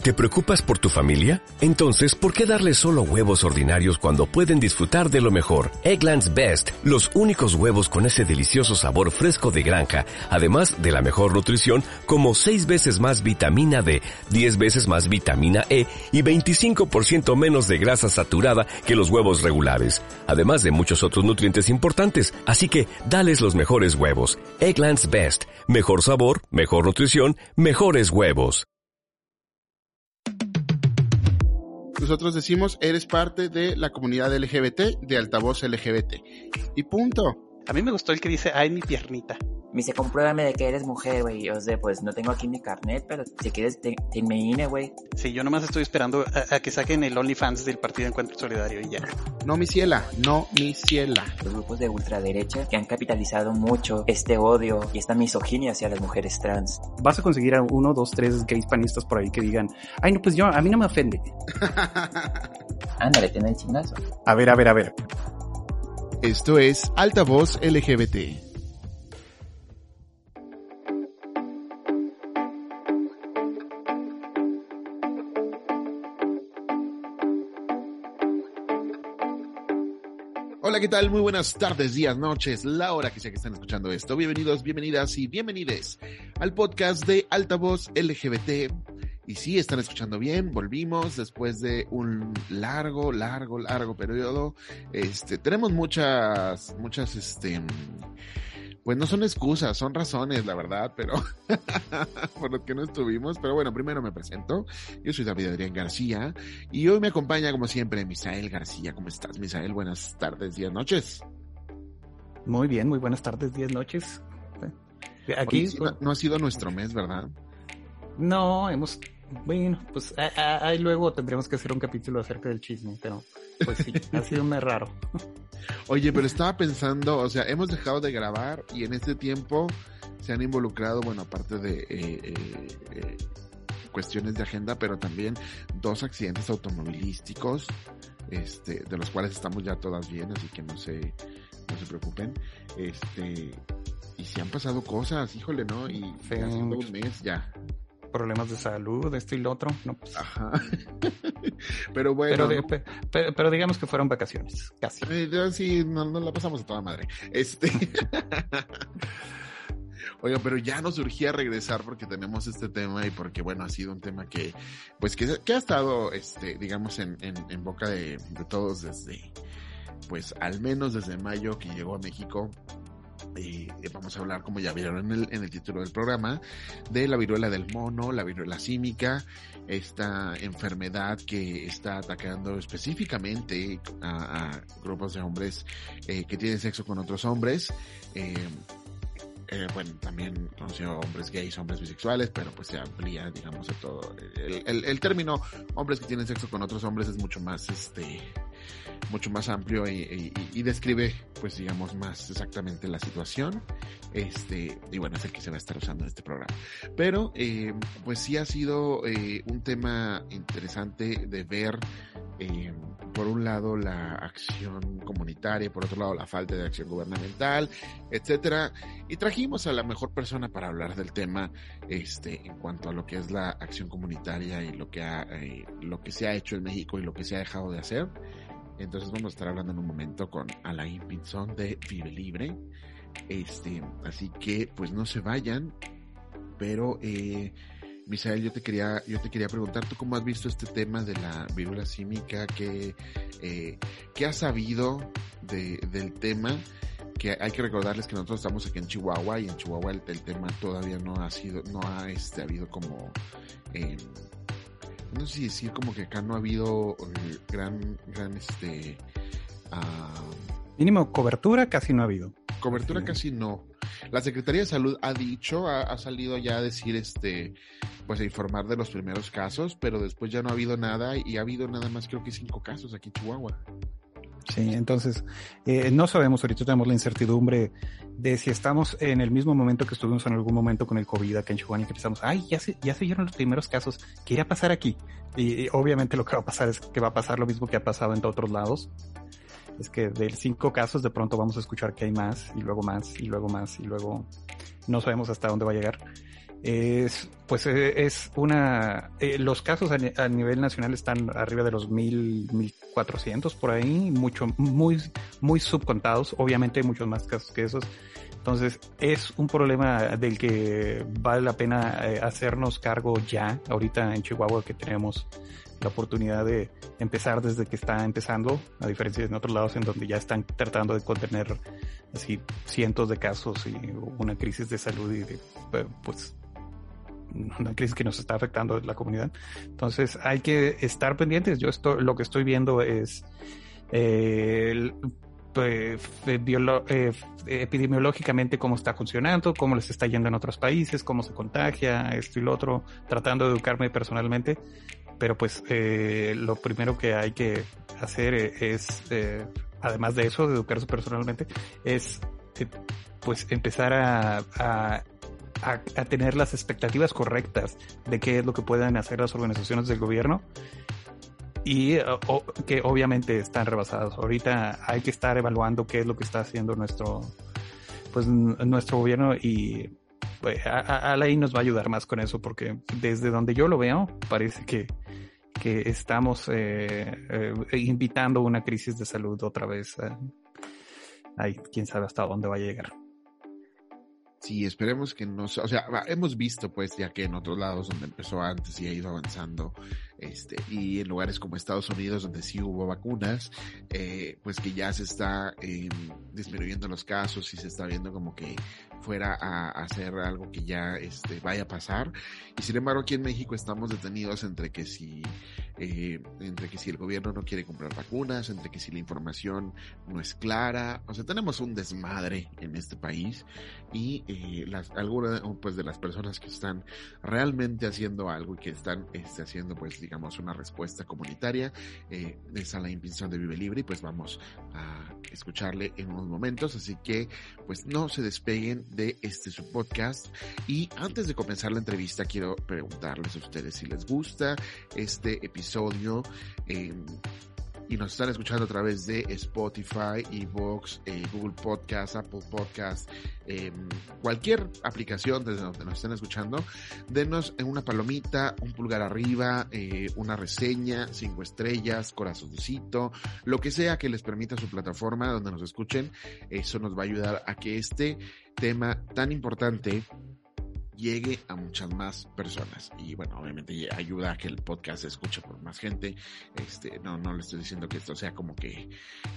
¿Te preocupas por tu familia? Entonces, ¿por qué darles solo huevos ordinarios cuando pueden disfrutar de lo mejor? Eggland's Best, los únicos huevos con ese delicioso sabor fresco de granja, además de la mejor nutrición, como 6 veces más vitamina D, 10 veces más vitamina E y 25% menos de grasa saturada que los huevos regulares, además de muchos otros nutrientes importantes. Así que, dales los mejores huevos. Eggland's Best, mejor sabor, mejor nutrición, mejores huevos. Nosotros decimos, eres parte de la comunidad LGBT, de Altavoz LGBT. Y punto. A mí me gustó el que dice, ay, mi piernita. Me dice, compruébame de que eres mujer, güey. O sea, pues no tengo aquí mi carnet, pero si quieres, te me INE, güey. Sí, yo nomás estoy esperando a que saquen el OnlyFans del Partido Encuentro Solidario y ya. No, mi ciela, no, mi ciela. Los grupos de ultraderecha que han capitalizado mucho este odio y esta misoginia hacia las mujeres trans. Vas a conseguir a 1, 2, 3 gays panistas por ahí que digan, ay, no, pues a mí no me ofende. Ándale, ten el chingazo. A ver. Esto es Altavoz LGBT. Hola, ¿qué tal? Muy buenas tardes, días, noches, la hora que sea que estén escuchando esto. Bienvenidos, bienvenidas y bienvenides al podcast de Altavoz LGBT. Y sí, están escuchando bien, volvimos después de un largo periodo. Tenemos muchas, pues no son excusas, son razones, la verdad, pero por lo que no estuvimos. Pero bueno, primero me presento. Yo soy David Adrián García y hoy me acompaña, como siempre, Misael García. ¿Cómo estás, Misael? Buenas tardes, días, noches. Muy bien, muy buenas tardes, días, noches. Aquí Oye, sí, no ha sido nuestro mes, ¿verdad? No, bueno, pues ahí luego tendremos que hacer un capítulo acerca del chisme, pero pues sí, ha sido un mes raro. Oye, pero estaba pensando, o sea, hemos dejado de grabar y en este tiempo se han involucrado, bueno, aparte de cuestiones de agenda, pero también 2 accidentes automovilísticos, de los cuales estamos ya todas bien, así que no se preocupen, y se han pasado cosas, híjole, ¿no? Y ya haciendo un mes ya. Problemas de salud, esto y lo otro, no, pues. Ajá. Pero bueno. Pero digamos que fueron vacaciones, casi. Sí, no la pasamos a toda madre. Oiga, pero ya nos urgía regresar porque tenemos este tema y porque, bueno, ha sido un tema que ha estado, digamos, en boca de todos desde, pues, al menos desde mayo que llegó a México. Vamos a hablar, como ya vieron en el título del programa, de la viruela del mono, la viruela símica, esta enfermedad que está atacando específicamente a grupos de hombres que tienen sexo con otros hombres. Bueno, también conocido hombres gays, hombres bisexuales, pero pues se amplía, digamos, a todo. El término hombres que tienen sexo con otros hombres es mucho más mucho más amplio y describe, pues digamos, más exactamente la situación, y bueno, es el que se va a estar usando en este programa. Pero, pues sí ha sido un tema interesante de ver, por un lado la acción comunitaria, por otro lado la falta de acción gubernamental, etcétera, y trajimos a la mejor persona para hablar del tema, en cuanto a lo que es la acción comunitaria y lo que se ha hecho en México y lo que se ha dejado de hacer. Entonces vamos a estar hablando en un momento con Alain Pinzón de Vive Libre. Así que pues no se vayan. Pero Misael, yo te quería preguntar, ¿tú cómo has visto este tema de la viruela símica? ¿Qué has sabido del tema? Que hay que recordarles que nosotros estamos aquí en Chihuahua y en Chihuahua el tema todavía no ha habido como no sé si decir como que acá no ha habido gran mínimo cobertura casi no ha habido. Cobertura casi no. La Secretaría de Salud ha salido ya a decir, pues a informar de los primeros casos, pero después ya no ha habido nada y ha habido nada más, creo que 5 casos aquí en Chihuahua. Sí, entonces no sabemos, ahorita tenemos la incertidumbre de si estamos en el mismo momento que estuvimos en algún momento con el COVID acá en Chihuahua y que pensamos, ya se vieron los primeros casos, ¿qué irá a pasar aquí? Y obviamente lo que va a pasar es que va a pasar lo mismo que ha pasado en otros lados, es que de 5 casos de pronto vamos a escuchar que hay más, y luego más, y luego más, y luego no sabemos hasta dónde va a llegar. los casos a nivel nacional están arriba de los 1,400 por ahí, muy subcontados. Obviamente hay muchos más casos que esos. Entonces es un problema del que vale la pena hacernos cargo ya, ahorita en Chihuahua, que tenemos la oportunidad de empezar desde que está empezando, a diferencia de otros lados en donde ya están tratando de contener así cientos de casos y una crisis de salud y pues una crisis que nos está afectando a la comunidad. Entonces hay que estar pendientes. Lo que estoy viendo es epidemiológicamente cómo está funcionando, cómo les está yendo en otros países, cómo se contagia, esto y lo otro, tratando de educarme personalmente. Pero pues lo primero que hay que hacer es, además de eso, de educarse personalmente, es pues empezar a tener las expectativas correctas de qué es lo que pueden hacer las organizaciones del gobierno y que obviamente están rebasadas. Ahorita hay que estar evaluando qué es lo que está haciendo nuestro gobierno, y pues Alain nos va a ayudar más con eso, porque desde donde yo lo veo parece que estamos invitando una crisis de salud otra vez. Quién sabe hasta dónde va a llegar. Sí, esperemos que no, o sea, hemos visto pues ya que en otros lados donde empezó antes y ha ido avanzando, y en lugares como Estados Unidos donde sí hubo vacunas, pues que ya se está disminuyendo los casos y se está viendo como que fuera a hacer algo que ya vaya a pasar. Y sin embargo aquí en México estamos detenidos entre que si el gobierno no quiere comprar vacunas, entre que si la información no es clara, o sea, tenemos un desmadre en este país. Y algunas pues de las personas que están realmente haciendo algo y que están haciendo pues digamos una respuesta comunitaria es Alain Pinzón de Vive Libre, y pues vamos a escucharle en unos momentos, así que pues no se despeguen de su podcast. Y antes de comenzar la entrevista quiero preguntarles a ustedes si les gusta este episodio y nos están escuchando a través de Spotify, iVoox, Google Podcast, Apple Podcast, cualquier aplicación desde donde nos estén escuchando. Denos una palomita, un pulgar arriba, una reseña, 5 estrellas, corazoncito, lo que sea que les permita su plataforma donde nos escuchen. Eso nos va a ayudar a que este tema tan importante llegue a muchas más personas, y bueno, obviamente ayuda a que el podcast se escuche por más gente. No le estoy diciendo que esto sea como que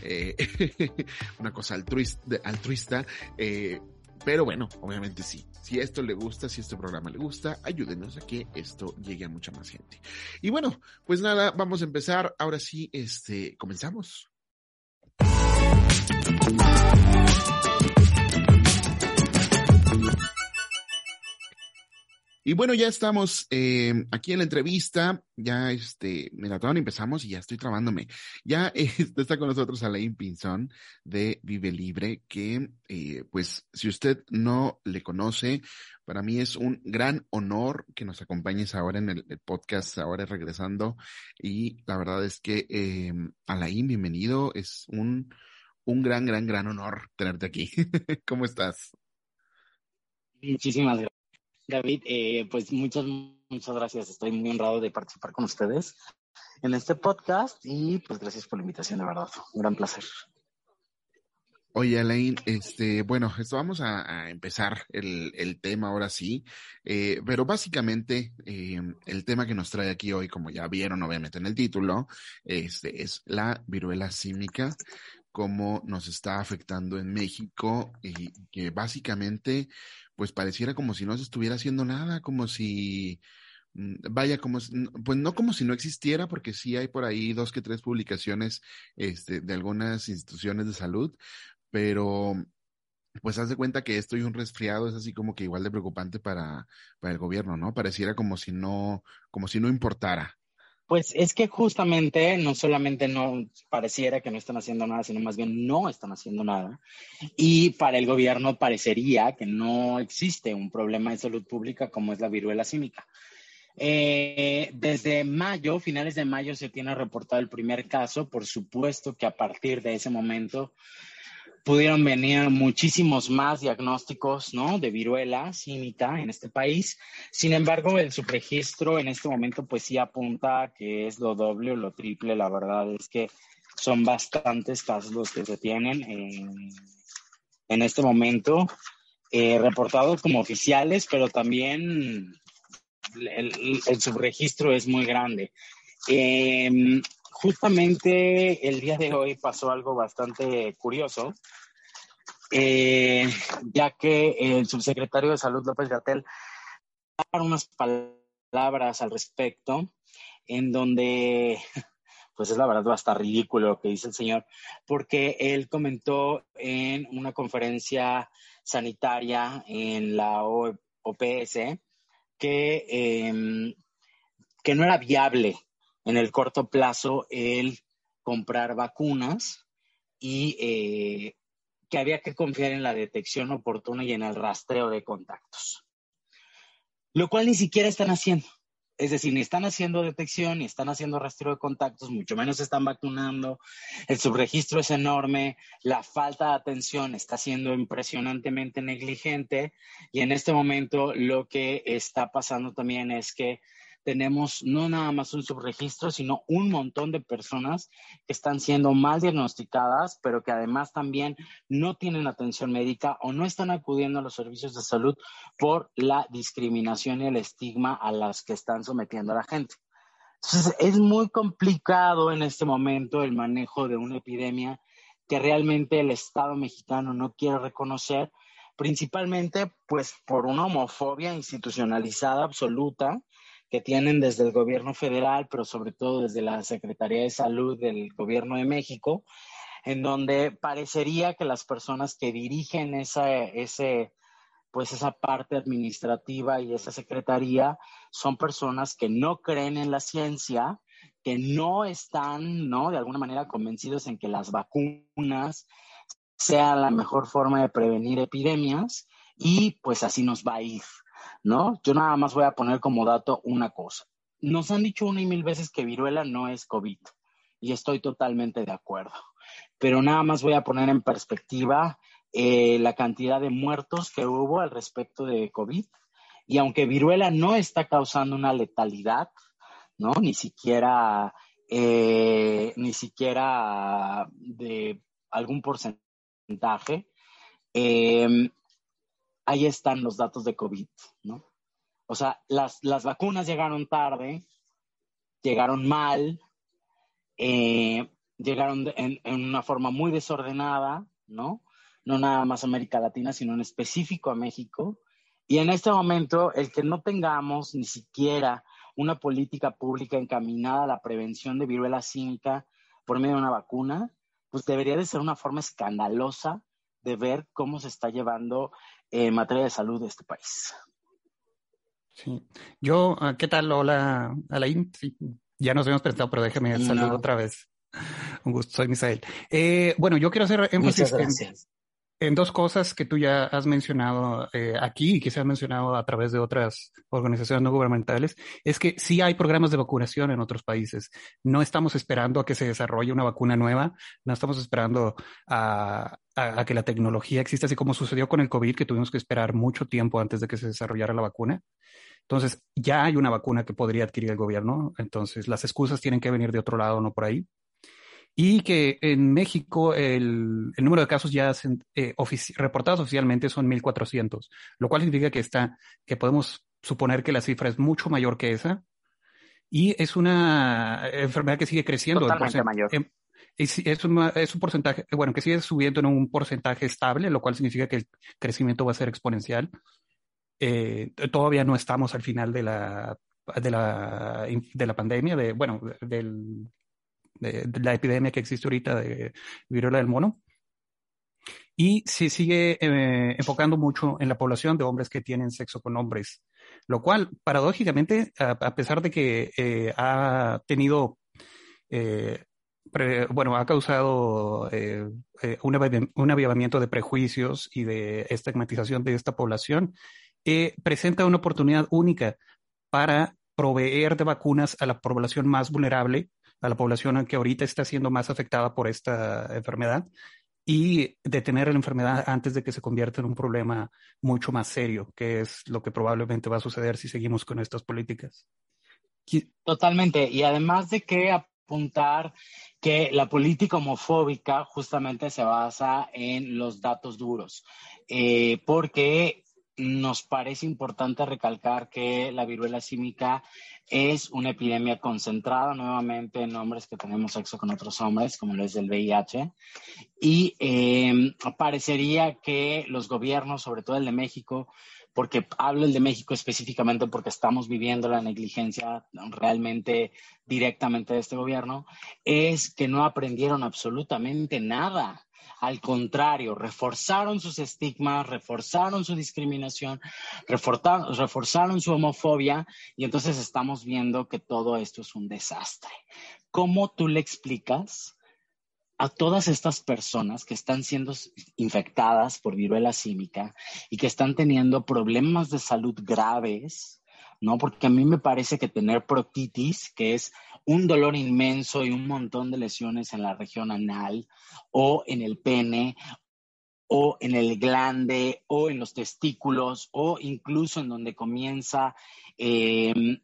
una cosa altruista, pero bueno, obviamente sí, si esto le gusta, si este programa le gusta, ayúdenos a que esto llegue a mucha más gente. Y bueno, pues nada, vamos a empezar, ahora sí, comenzamos. Y bueno, ya estamos aquí en la entrevista, ya mira, todavía empezamos y ya estoy trabándome. Ya está con nosotros Alain Pinzón de Vive Libre, que pues si usted no le conoce, para mí es un gran honor que nos acompañes ahora en el podcast, ahora regresando, y la verdad es que Alain, bienvenido, es un gran honor tenerte aquí. ¿Cómo estás? Muchísimas gracias, David. Pues muchas gracias. Estoy muy honrado de participar con ustedes en este podcast y pues gracias por la invitación, de verdad. Un gran placer. Oye, Alain, bueno, vamos a empezar el tema ahora sí, pero básicamente el tema que nos trae aquí hoy, como ya vieron obviamente en el título, es la viruela símica, cómo nos está afectando en México, y que básicamente pues pareciera como si no se estuviera haciendo nada, como si, pues no como si no existiera, porque sí hay por ahí 2 que 3 publicaciones de algunas instituciones de salud, pero pues haz de cuenta que esto y un resfriado es así como que igual de preocupante para el gobierno, ¿no? Pareciera como si no importara. Pues es que justamente no solamente no pareciera que no están haciendo nada, sino más bien no están haciendo nada. Y para el gobierno parecería que no existe un problema de salud pública como es la viruela símica. Desde mayo, finales de mayo, se tiene reportado el primer caso. Por supuesto que a partir de ese momento pudieron venir muchísimos más diagnósticos, ¿no?, de viruela símica en este país. Sin embargo, el subregistro en este momento pues sí apunta a que es lo doble o lo triple. La verdad es que son bastantes casos los que se tienen en este momento, reportados como oficiales, pero también el subregistro es muy grande. Justamente el día de hoy pasó algo bastante curioso, ya que el subsecretario de Salud, López-Gatell, dio unas palabras al respecto, en donde, pues es la verdad hasta ridículo lo que dice el señor, porque él comentó en una conferencia sanitaria en la OPS que no era viable en el corto plazo el comprar vacunas y que había que confiar en la detección oportuna y en el rastreo de contactos. Lo cual ni siquiera están haciendo. Es decir, ni están haciendo detección, ni están haciendo rastreo de contactos, mucho menos están vacunando. El subregistro es enorme, la falta de atención está siendo impresionantemente negligente y en este momento lo que está pasando también es que tenemos no nada más un subregistro, sino un montón de personas que están siendo mal diagnosticadas, pero que además también no tienen atención médica o no están acudiendo a los servicios de salud por la discriminación y el estigma a las que están sometiendo a la gente. Entonces, es muy complicado en este momento el manejo de una epidemia que realmente el Estado mexicano no quiere reconocer, principalmente pues por una homofobia institucionalizada absoluta que tienen desde el gobierno federal, pero sobre todo desde la Secretaría de Salud del Gobierno de México, en donde parecería que las personas que dirigen esa parte administrativa y esa secretaría son personas que no creen en la ciencia, que no están, ¿no?, de alguna manera convencidos en que las vacunas sean la mejor forma de prevenir epidemias y pues así nos va a ir, ¿no? Yo nada más voy a poner como dato una cosa. Nos han dicho una y mil veces que viruela no es COVID y estoy totalmente de acuerdo, pero nada más voy a poner en perspectiva la cantidad de muertos que hubo al respecto de COVID y aunque viruela no está causando una letalidad, ¿no?, ni siquiera de algún porcentaje, ahí están los datos de COVID, ¿no? O sea, las vacunas llegaron tarde, llegaron mal, llegaron en una forma muy desordenada, ¿no? No nada más a América Latina, sino en específico a México. Y en este momento, el que no tengamos ni siquiera una política pública encaminada a la prevención de viruela símica por medio de una vacuna, pues debería de ser una forma escandalosa de ver cómo se está llevando en materia de salud de este país. Sí. Yo, ¿qué tal? Hola, Alain. Sí, ya nos habíamos presentado, pero déjame saludar otra vez. Un gusto, soy Misael. Bueno, yo quiero hacer énfasis en dos cosas que tú ya has mencionado aquí y que se han mencionado a través de otras organizaciones no gubernamentales. Es que sí hay programas de vacunación en otros países. No estamos esperando a que se desarrolle una vacuna nueva, no estamos esperando a que la tecnología exista, así como sucedió con el COVID, que tuvimos que esperar mucho tiempo antes de que se desarrollara la vacuna. Entonces, ya hay una vacuna que podría adquirir el gobierno. Entonces, las excusas tienen que venir de otro lado, no por ahí. Y que en México el número de casos ya reportados oficialmente son 1,400, lo cual significa que podemos suponer que la cifra es mucho mayor que esa. Y es una enfermedad que sigue creciendo. Totalmente mayor. Es un porcentaje, bueno, que sigue subiendo en un porcentaje estable, lo cual significa que el crecimiento va a ser exponencial. Todavía no estamos al final de la pandemia, de la epidemia que existe ahorita de viruela del mono. Y se sigue enfocando mucho en la población de hombres que tienen sexo con hombres, lo cual, paradójicamente, a pesar de que ha tenido, ha causado un avivamiento de prejuicios y de estigmatización de esta población, presenta una oportunidad única para proveer de vacunas a la población más vulnerable, a la población que ahorita está siendo más afectada por esta enfermedad, y detener la enfermedad antes de que se convierta en un problema mucho más serio, que es lo que probablemente va a suceder si seguimos con estas políticas. Totalmente. Y además de que apuntar que la política homofóbica justamente se basa en los datos duros, porque nos parece importante recalcar que la viruela símica es una epidemia concentrada nuevamente en hombres que tenemos sexo con otros hombres, como lo es del VIH, y parecería que los gobiernos, sobre todo el de México, porque hablo el de México específicamente porque estamos viviendo la negligencia realmente directamente de este gobierno, es que no aprendieron absolutamente nada. Al contrario, reforzaron sus estigmas, reforzaron su discriminación, reforzaron su homofobia y entonces estamos viendo que todo esto es un desastre. ¿Cómo tú le explicas a todas estas personas que están siendo infectadas por viruela símica y que están teniendo problemas de salud graves, ¿no? Porque a mí me parece que tener proctitis, que es un dolor inmenso y un montón de lesiones en la región anal o en el pene o en el glande o en los testículos o incluso en donde comienza en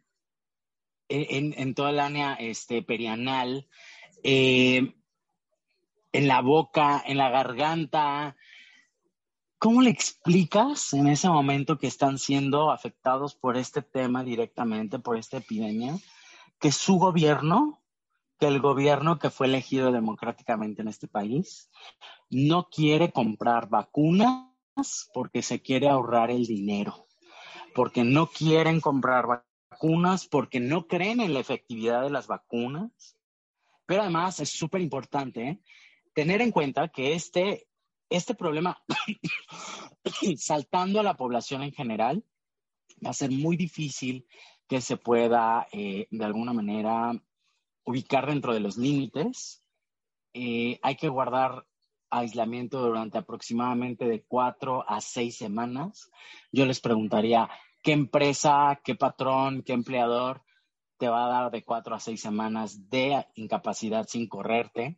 toda el área perianal, en la boca, en la garganta. ¿Cómo le explicas en ese momento que están siendo afectados por este tema directamente, por esta epidemia, que su gobierno, que el gobierno que fue elegido democráticamente en este país, no quiere comprar vacunas porque se quiere ahorrar el dinero, porque no quieren comprar vacunas, porque no creen en la efectividad de las vacunas? Pero además es súper importante tener en cuenta que este problema, saltando a la población en general, va a ser muy difícil que se pueda de alguna manera ubicar dentro de los límites. Hay que guardar aislamiento durante aproximadamente de 4 a 6 semanas. Yo les preguntaría, ¿qué empresa, qué patrón, qué empleador te va a dar de 4 a 6 semanas de incapacidad sin correrte?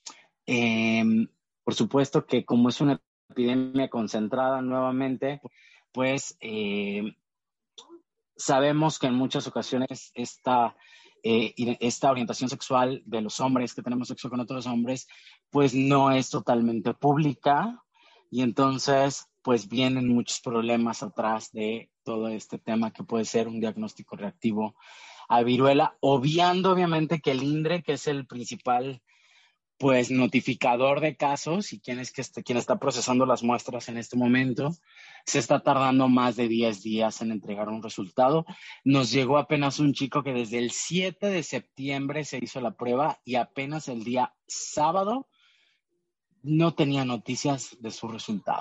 Por supuesto que como es una epidemia concentrada nuevamente, pues sabemos que en muchas ocasiones esta orientación sexual de los hombres que tenemos sexo con otros hombres, pues no es totalmente pública y entonces pues vienen muchos problemas atrás de todo este tema que puede ser un diagnóstico reactivo a viruela, obviando obviamente que el INDRE, que es el principal pues notificador de casos y quien está procesando las muestras en este momento, se está tardando más de 10 días en entregar un resultado. Nos llegó apenas un chico que desde el 7 de septiembre se hizo la prueba y apenas el día sábado no tenía noticias de su resultado.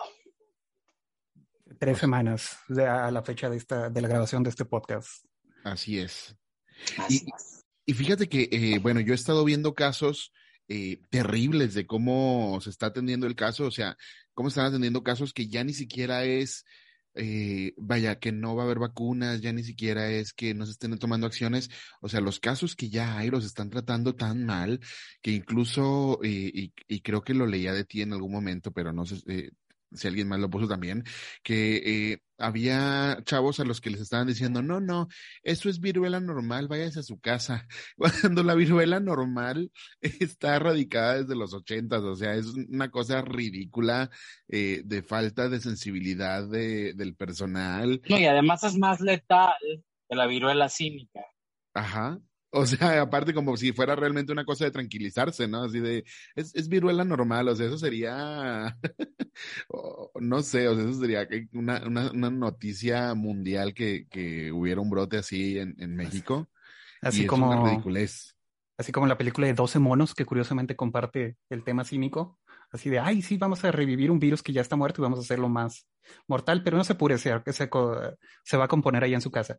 3 semanas a la fecha de la grabación de este podcast. Así es. Así es. Y fíjate que, bueno, yo he estado viendo casos terribles de cómo se está atendiendo el caso, o sea, cómo están atendiendo casos que ya ni siquiera es, vaya, que no va a haber vacunas, ya ni siquiera es que no se estén tomando acciones, o sea, los casos que ya hay los están tratando tan mal que incluso, y creo que lo leía de ti en algún momento, pero no sé si alguien más lo puso también, que había chavos a los que les estaban diciendo, no, eso es viruela normal, váyase a su casa, cuando la viruela normal está radicada desde los 80s, o sea, es una cosa ridícula de falta de sensibilidad del personal. No, y además es más letal que la viruela símica. Ajá. O sea, aparte como si fuera realmente una cosa de tranquilizarse, ¿no? Así de, es viruela normal, o sea, eso sería, no sé, o sea, eso sería una noticia mundial que hubiera un brote así en México. Así y como, es una ridiculez. Así como la película de 12 monos, que curiosamente comparte el tema símico. Así de, ay, sí, vamos a revivir un virus que ya está muerto y vamos a hacerlo más mortal, pero no se apure, se va a componer ahí en su casa.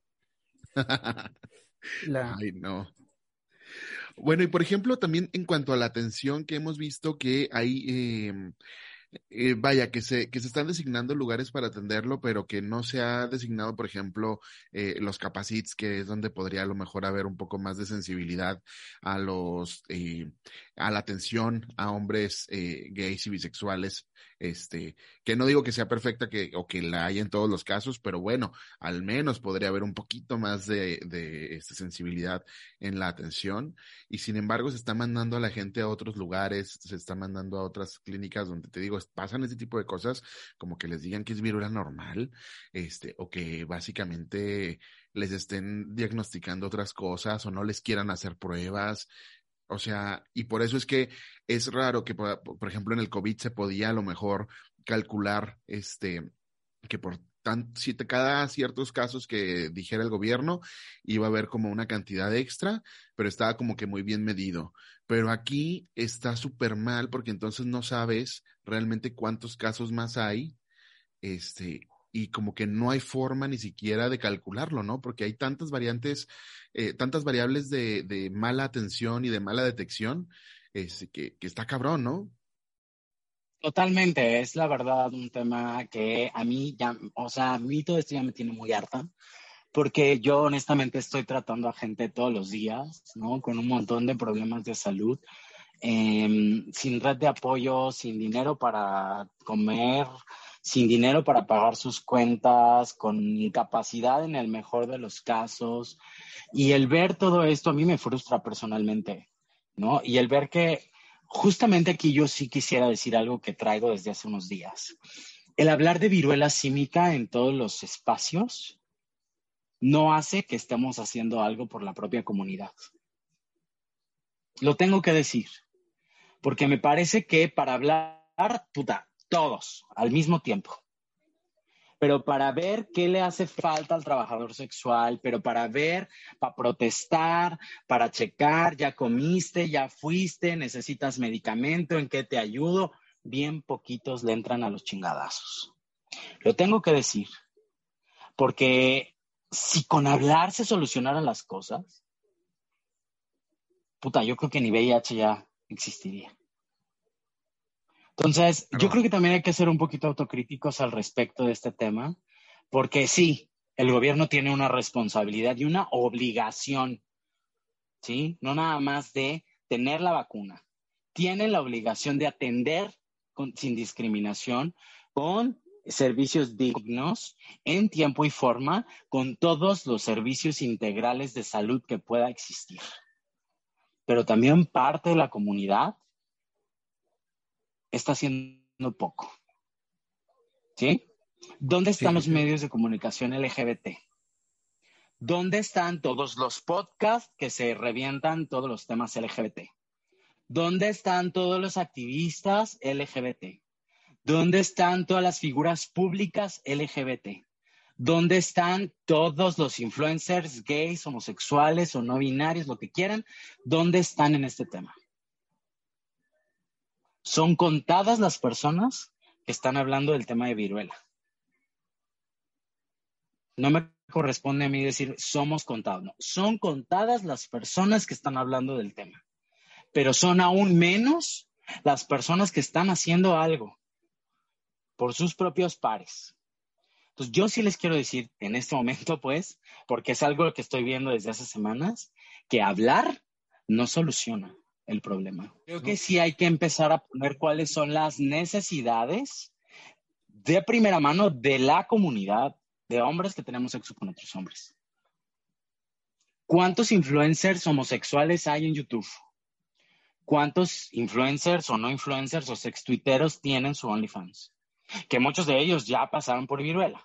Ay, no. Bueno, y por ejemplo, también en cuanto a la atención que hemos visto que hay vaya, que se están designando lugares para atenderlo, pero que no se ha designado, por ejemplo, los capacits, que es donde podría a lo mejor haber un poco más de sensibilidad a a la atención a hombres gays y bisexuales, que no digo que sea perfecta o que la haya en todos los casos, pero bueno, al menos podría haber un poquito más de sensibilidad en la atención. Y sin embargo, se está mandando a la gente a otros lugares, se está mandando a otras clínicas donde, te digo, pasan ese tipo de cosas, como que les digan que es viruela normal, o que básicamente les estén diagnosticando otras cosas o no les quieran hacer pruebas. O sea, y por eso es que es raro que, por ejemplo, en el COVID se podía a lo mejor calcular, que si cada ciertos casos que dijera el gobierno, iba a haber como una cantidad extra, pero estaba como que muy bien medido. Pero aquí está súper mal porque entonces no sabes realmente cuántos casos más hay, y como que no hay forma ni siquiera de calcularlo, ¿no? Porque hay tantas variantes, tantas variables de mala atención y de mala detección, que está cabrón, ¿no? Totalmente, es la verdad un tema que a mí ya, o sea, a mí todo esto ya me tiene muy harta, porque yo honestamente estoy tratando a gente todos los días, ¿no? Con un montón de problemas de salud, sin red de apoyo, sin dinero para comer, sin dinero para pagar sus cuentas, con incapacidad en el mejor de los casos. Y el ver todo esto a mí me frustra personalmente, ¿no? Y el ver que justamente aquí yo sí quisiera decir algo que traigo desde hace unos días. El hablar de viruela símica en todos los espacios no hace que estemos haciendo algo por la propia comunidad. Lo tengo que decir, porque me parece que para hablar, todos al mismo tiempo, pero para ver qué le hace falta al trabajador sexual, pero para protestar, para checar, ya comiste, ya fuiste, necesitas medicamento, ¿en qué te ayudo? Bien poquitos le entran a los chingadazos. Lo tengo que decir, porque si con hablar se solucionaran las cosas, yo creo que ni VIH ya existiría. Entonces, yo creo que también hay que ser un poquito autocríticos al respecto de este tema, porque sí, el gobierno tiene una responsabilidad y una obligación, ¿sí? No nada más de tener la vacuna. Tienen la obligación de atender sin discriminación, con servicios dignos, en tiempo y forma, con todos los servicios integrales de salud que pueda existir. Pero también parte de la comunidad está haciendo poco, ¿sí? ¿Dónde están los medios de comunicación LGBT? ¿Dónde están todos los podcasts que se revientan todos los temas LGBT? ¿Dónde están todos los activistas LGBT? ¿Dónde están todas las figuras públicas LGBT? ¿Dónde están todos los influencers gays, homosexuales o no binarios, lo que quieran? ¿Dónde están en este tema? Son contadas las personas que están hablando del tema de viruela. No me corresponde a mí decir somos contados, no. Son contadas las personas que están hablando del tema. Pero son aún menos las personas que están haciendo algo por sus propios pares. Entonces, yo sí les quiero decir en este momento, pues, porque es algo que estoy viendo desde hace semanas, que hablar no soluciona el problema. Creo que sí hay que empezar a poner cuáles son las necesidades de primera mano de la comunidad de hombres que tenemos sexo con otros hombres. ¿Cuántos influencers homosexuales hay en YouTube? ¿Cuántos influencers o no influencers o sextuiteros tienen su OnlyFans? Que muchos de ellos ya pasaron por viruela.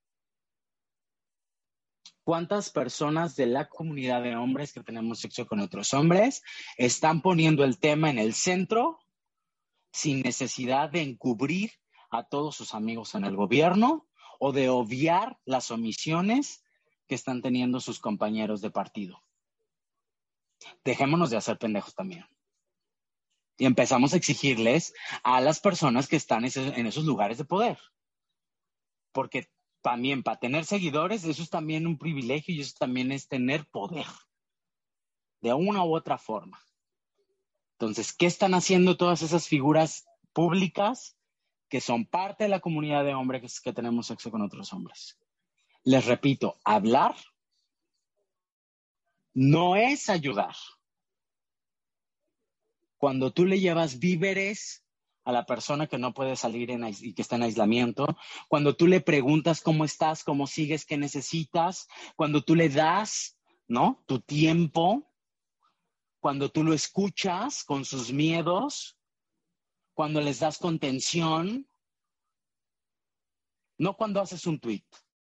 ¿Cuántas personas de la comunidad de hombres que tenemos sexo con otros hombres están poniendo el tema en el centro sin necesidad de encubrir a todos sus amigos en el gobierno o de obviar las omisiones que están teniendo sus compañeros de partido? Dejémonos de hacer pendejos también. Y empezamos a exigirles a las personas que están en esos lugares de poder. Porque también para tener seguidores, eso es también un privilegio y eso también es tener poder. De una u otra forma. Entonces, ¿qué están haciendo todas esas figuras públicas que son parte de la comunidad de hombres que tenemos sexo con otros hombres. Les repito, hablar no es ayudar. Cuando tú le llevas víveres a la persona que no puede salir y que está en aislamiento, cuando tú le preguntas cómo estás, cómo sigues, qué necesitas, cuando tú le das, ¿no?, tu tiempo, cuando tú lo escuchas con sus miedos, cuando les das contención, no cuando haces un tweet.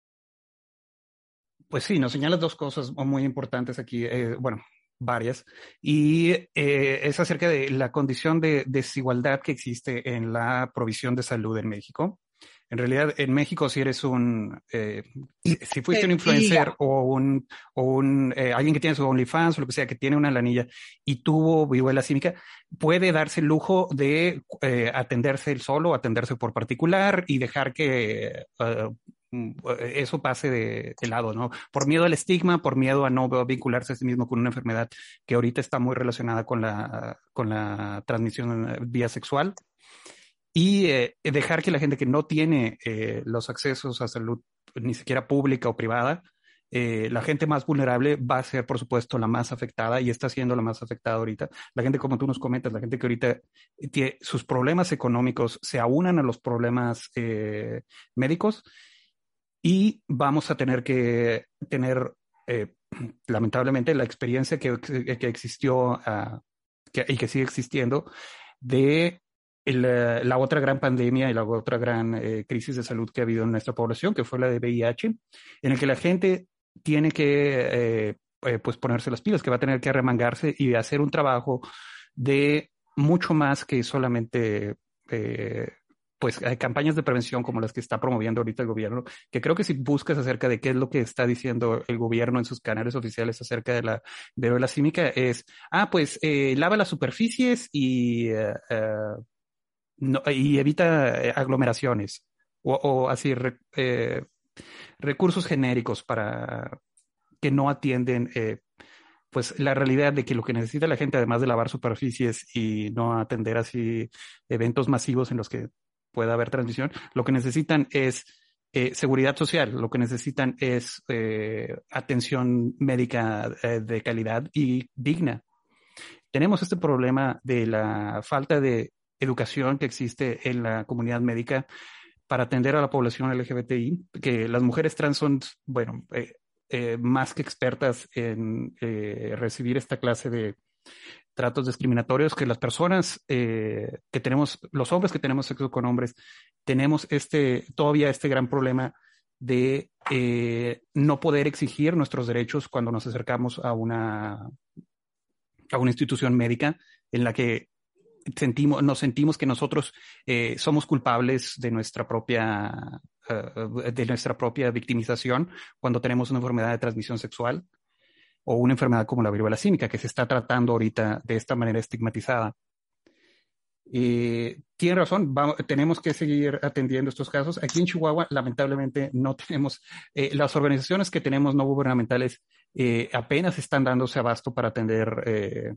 Pues sí, nos señalas dos cosas muy importantes aquí, bueno, varias, y es acerca de la condición de desigualdad que existe en la provisión de salud en México. En realidad, en México, si eres si fuiste un influencer o alguien que tiene su OnlyFans o lo que sea, que tiene una lanilla y tuvo viruela símica, puede darse el lujo de atenderse él solo, atenderse por particular y dejar que eso pase de lado, ¿no? Por miedo al estigma, por miedo a no vincularse a sí mismo con una enfermedad que ahorita está muy relacionada con la transmisión vía sexual. Y dejar que la gente que no tiene los accesos a salud, ni siquiera pública o privada, la gente más vulnerable va a ser, por supuesto, la más afectada y está siendo la más afectada ahorita. La gente, como tú nos comentas, la gente que ahorita tiene sus problemas económicos se aunan a los problemas médicos y vamos a tener que tener, lamentablemente, la experiencia que existió y que sigue existiendo de la otra gran pandemia y la otra gran crisis de salud que ha habido en nuestra población, que fue la de VIH, en el que la gente tiene que pues ponerse las pilas, que va a tener que arremangarse y hacer un trabajo de mucho más que solamente pues campañas de prevención como las que está promoviendo ahorita el gobierno, que creo que si buscas acerca de qué es lo que está diciendo el gobierno en sus canales oficiales acerca de la viruela símica es, pues lava las superficies y evita aglomeraciones o así recursos genéricos para que no atienden pues la realidad de que lo que necesita la gente, además de lavar superficies y no atender así eventos masivos en los que pueda haber transmisión, lo que necesitan es seguridad social, lo que necesitan es atención médica de calidad y digna. Tenemos este problema de la falta de educación que existe en la comunidad médica para atender a la población LGBTI, que las mujeres trans son, bueno, más que expertas en recibir esta clase de tratos discriminatorios, que las personas que tenemos, los hombres que tenemos sexo con hombres, tenemos todavía este gran problema de no poder exigir nuestros derechos cuando nos acercamos a una institución médica en la que nos sentimos que nosotros somos culpables de nuestra propia victimización cuando tenemos una enfermedad de transmisión sexual o una enfermedad como la viruela símica que se está tratando ahorita de esta manera estigmatizada. Tiene razón, tenemos que seguir atendiendo estos casos. Aquí en Chihuahua, lamentablemente, no tenemos, las organizaciones que tenemos no gubernamentales apenas están dándose abasto para atender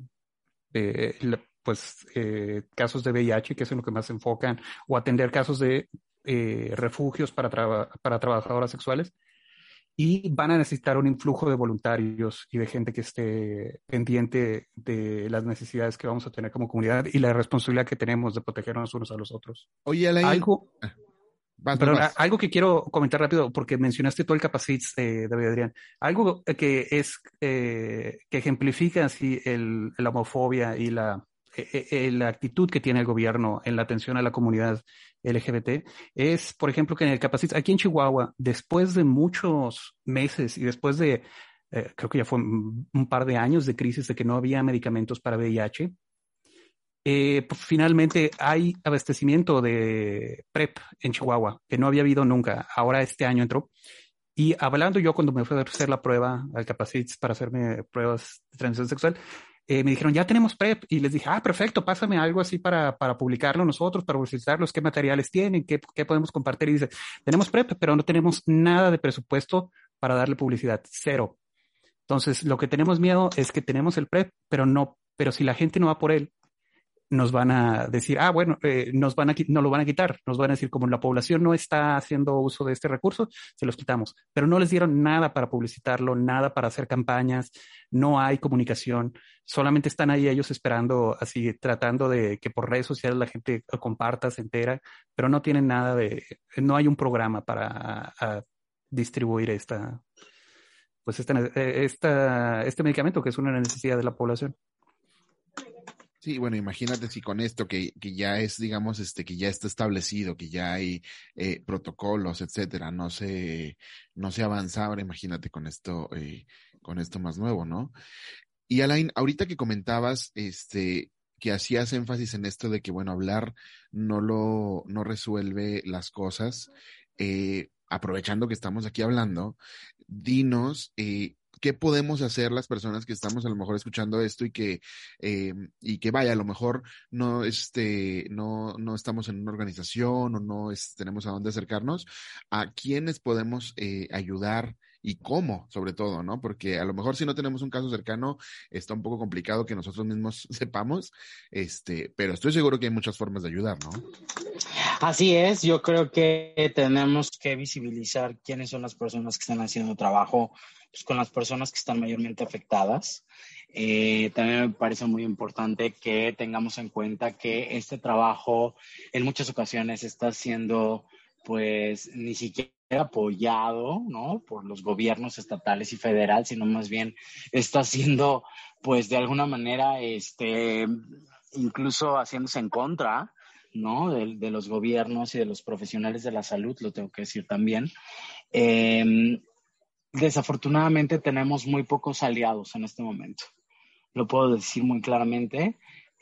casos de VIH, que es en lo que más se enfocan, o atender casos de refugios para trabajadoras sexuales. Y van a necesitar un influjo de voluntarios y de gente que esté pendiente de las necesidades que vamos a tener como comunidad y la responsabilidad que tenemos de protegernos unos a los otros. Oye, Alain, algo que quiero comentar rápido, porque mencionaste todo el Capacits, David Adrián. Algo que ejemplifica así la homofobia y la actitud que tiene el gobierno en la atención a la comunidad LGBT es, por ejemplo, que en el Capacits, aquí en Chihuahua, después de muchos meses y después de, creo que ya fue un par de años de crisis de que no había medicamentos para VIH, pues finalmente hay abastecimiento de PrEP en Chihuahua, que no había habido nunca. Ahora este año entró. Y hablando yo cuando me fui a hacer la prueba al Capacits para hacerme pruebas de transmisión sexual, me dijeron, ya tenemos PrEP. Y les dije, perfecto, pásame algo así para publicarlo nosotros, para publicitarlos, qué materiales tienen, qué podemos compartir. Y dice, tenemos PrEP, pero no tenemos nada de presupuesto para darle publicidad, cero. Entonces, lo que tenemos miedo es que tenemos el PrEP, pero si la gente no va por él, nos van a decir, bueno, nos lo van a quitar, nos van a decir, como la población no está haciendo uso de este recurso, se los quitamos, pero no les dieron nada para publicitarlo, nada para hacer campañas, no hay comunicación, solamente están ahí ellos esperando, así, tratando de que por redes sociales la gente comparta, se entera, pero no tienen no hay un programa para distribuir este medicamento que es una necesidad de la población. Sí, bueno, imagínate si con esto que ya es, digamos, que ya está establecido, que ya hay protocolos, etcétera, no se avanza. Ahora imagínate con esto más nuevo, ¿no? Y Alain, ahorita que comentabas, que hacías énfasis en esto de que, bueno, hablar no resuelve las cosas, aprovechando que estamos aquí hablando, dinos, ¿qué podemos hacer las personas que estamos a lo mejor escuchando esto y que vaya, a lo mejor no estamos en una organización o no tenemos a dónde acercarnos? ¿A quiénes podemos ayudar y cómo, sobre todo, ¿no? Porque a lo mejor si no tenemos un caso cercano, está un poco complicado que nosotros mismos sepamos, pero estoy seguro que hay muchas formas de ayudar, ¿no? Así es, yo creo que tenemos que visibilizar quiénes son las personas que están haciendo trabajo pues, con las personas que están mayormente afectadas. También me parece muy importante que tengamos en cuenta que este trabajo en muchas ocasiones está siendo pues ni siquiera apoyado, ¿no? Por los gobiernos estatales y federal, sino más bien está siendo pues de alguna manera incluso haciéndose en contra, ¿no? De los gobiernos y de los profesionales de la salud, lo tengo que decir también. Desafortunadamente tenemos muy pocos aliados en este momento. Lo puedo decir muy claramente.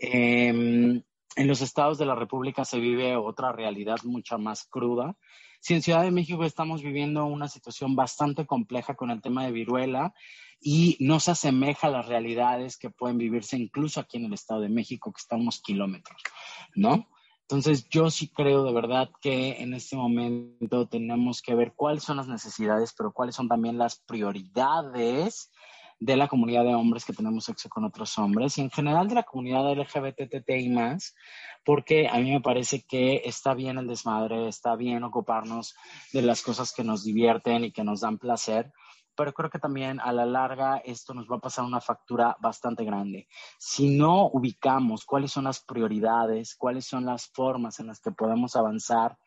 En los estados de la República se vive otra realidad mucho más cruda. Si en Ciudad de México estamos viviendo una situación bastante compleja con el tema de viruela y no se asemeja a las realidades que pueden vivirse incluso aquí en el Estado de México, que está a unos kilómetros, ¿no? Entonces, yo sí creo de verdad que en este momento tenemos que ver cuáles son las necesidades, pero cuáles son también las prioridades de la comunidad de hombres que tenemos sexo con otros hombres y en general de la comunidad LGBTTI+, porque a mí me parece que está bien el desmadre, está bien ocuparnos de las cosas que nos divierten y que nos dan placer, pero creo que también a la larga esto nos va a pasar una factura bastante grande. Si no ubicamos cuáles son las prioridades, cuáles son las formas en las que podemos avanzar,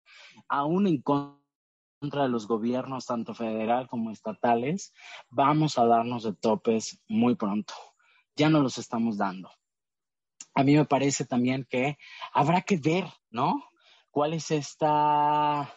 aún en contra de los gobiernos, tanto federal como estatales, vamos a darnos de topes muy pronto. Ya no los estamos dando. A mí me parece también que habrá que ver, ¿no? ¿Cuál es esta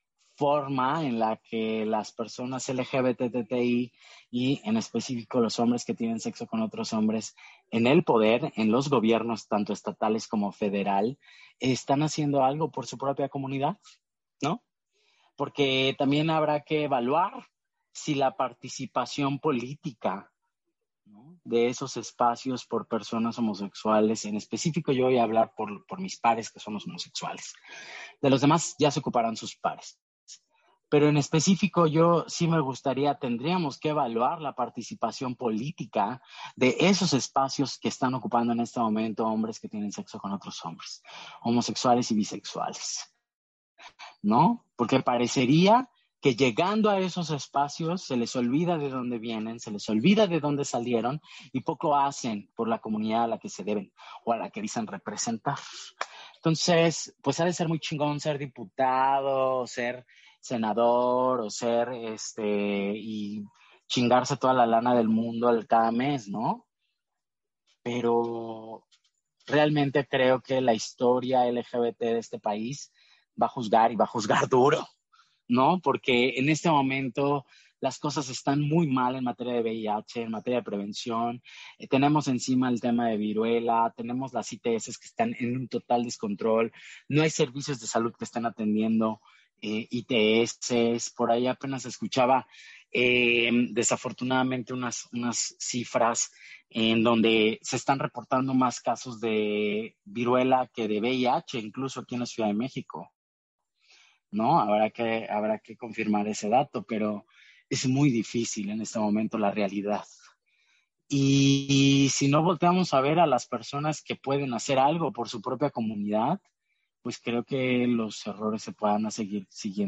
forma en la que las personas LGBTTI y en específico los hombres que tienen sexo con otros hombres en el poder, en los gobiernos tanto estatales como federal, están haciendo algo por su propia comunidad, ¿no? Porque también habrá que evaluar si la participación política, ¿no?, de esos espacios por personas homosexuales, en específico yo voy a hablar por mis pares que somos homosexuales, de los demás ya se ocuparán sus pares. Pero en específico yo sí tendríamos que evaluar la participación política de esos espacios que están ocupando en este momento hombres que tienen sexo con otros hombres, homosexuales y bisexuales, ¿no? Porque parecería que llegando a esos espacios se les olvida de dónde vienen, se les olvida de dónde salieron y poco hacen por la comunidad a la que se deben o a la que dicen representar. Entonces, pues ha de ser muy chingón ser diputado, ser senador o ser y chingarse toda la lana del mundo cada mes, ¿no? Pero realmente creo que la historia LGBT de este país va a juzgar y va a juzgar duro, ¿no? Porque en este momento las cosas están muy mal en materia de VIH, en materia de prevención. Tenemos encima el tema de viruela, tenemos las ITS que están en un total descontrol, no hay servicios de salud que estén atendiendo ITS. Por ahí apenas escuchaba desafortunadamente unas cifras en donde se están reportando más casos de viruela que de VIH, incluso aquí en la Ciudad de México, ¿no? Habrá que confirmar ese dato, pero es muy difícil en este momento la realidad. Y si no volteamos a ver a las personas que pueden hacer algo por su propia comunidad, pues creo que los errores se van a seguir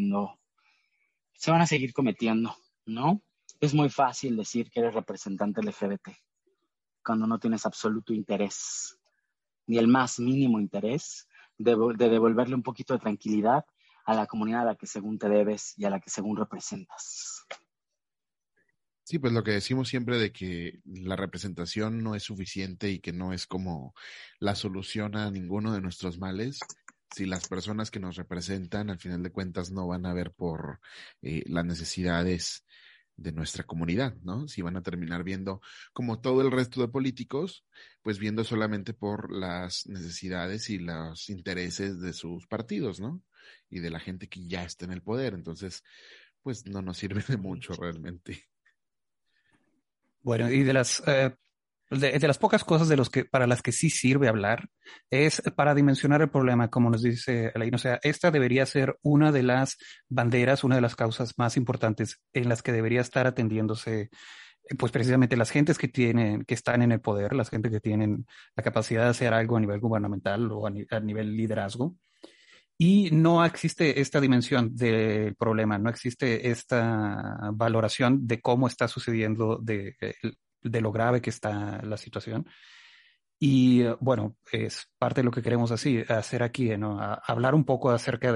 cometiendo, ¿no? Es muy fácil decir que eres representante LGBT cuando no tienes absoluto interés, ni el más mínimo interés de devolverle un poquito de tranquilidad a la comunidad a la que según te debes y a la que según representas. Sí, pues lo que decimos siempre de que la representación no es suficiente y que no es como la solución a ninguno de nuestros males. Si las personas que nos representan, al final de cuentas, no van a ver por las necesidades de nuestra comunidad, ¿no? Si van a terminar viendo, como todo el resto de políticos, pues viendo solamente por las necesidades y los intereses de sus partidos, ¿no? Y de la gente que ya está en el poder. Entonces, pues no nos sirve de mucho realmente. Bueno, y de las pocas cosas para las que sí sirve hablar es para dimensionar el problema, como nos dice Elaine. O sea, esta debería ser una de las banderas, una de las causas más importantes en las que debería estar atendiéndose, pues precisamente las gentes que están en el poder, las gentes que tienen la capacidad de hacer algo a nivel gubernamental o a nivel liderazgo. Y no existe esta dimensión del problema, no existe esta valoración de cómo está sucediendo, de lo grave que está la situación. Y bueno, es parte de lo que queremos hacer aquí, ¿no? Hablar un poco acerca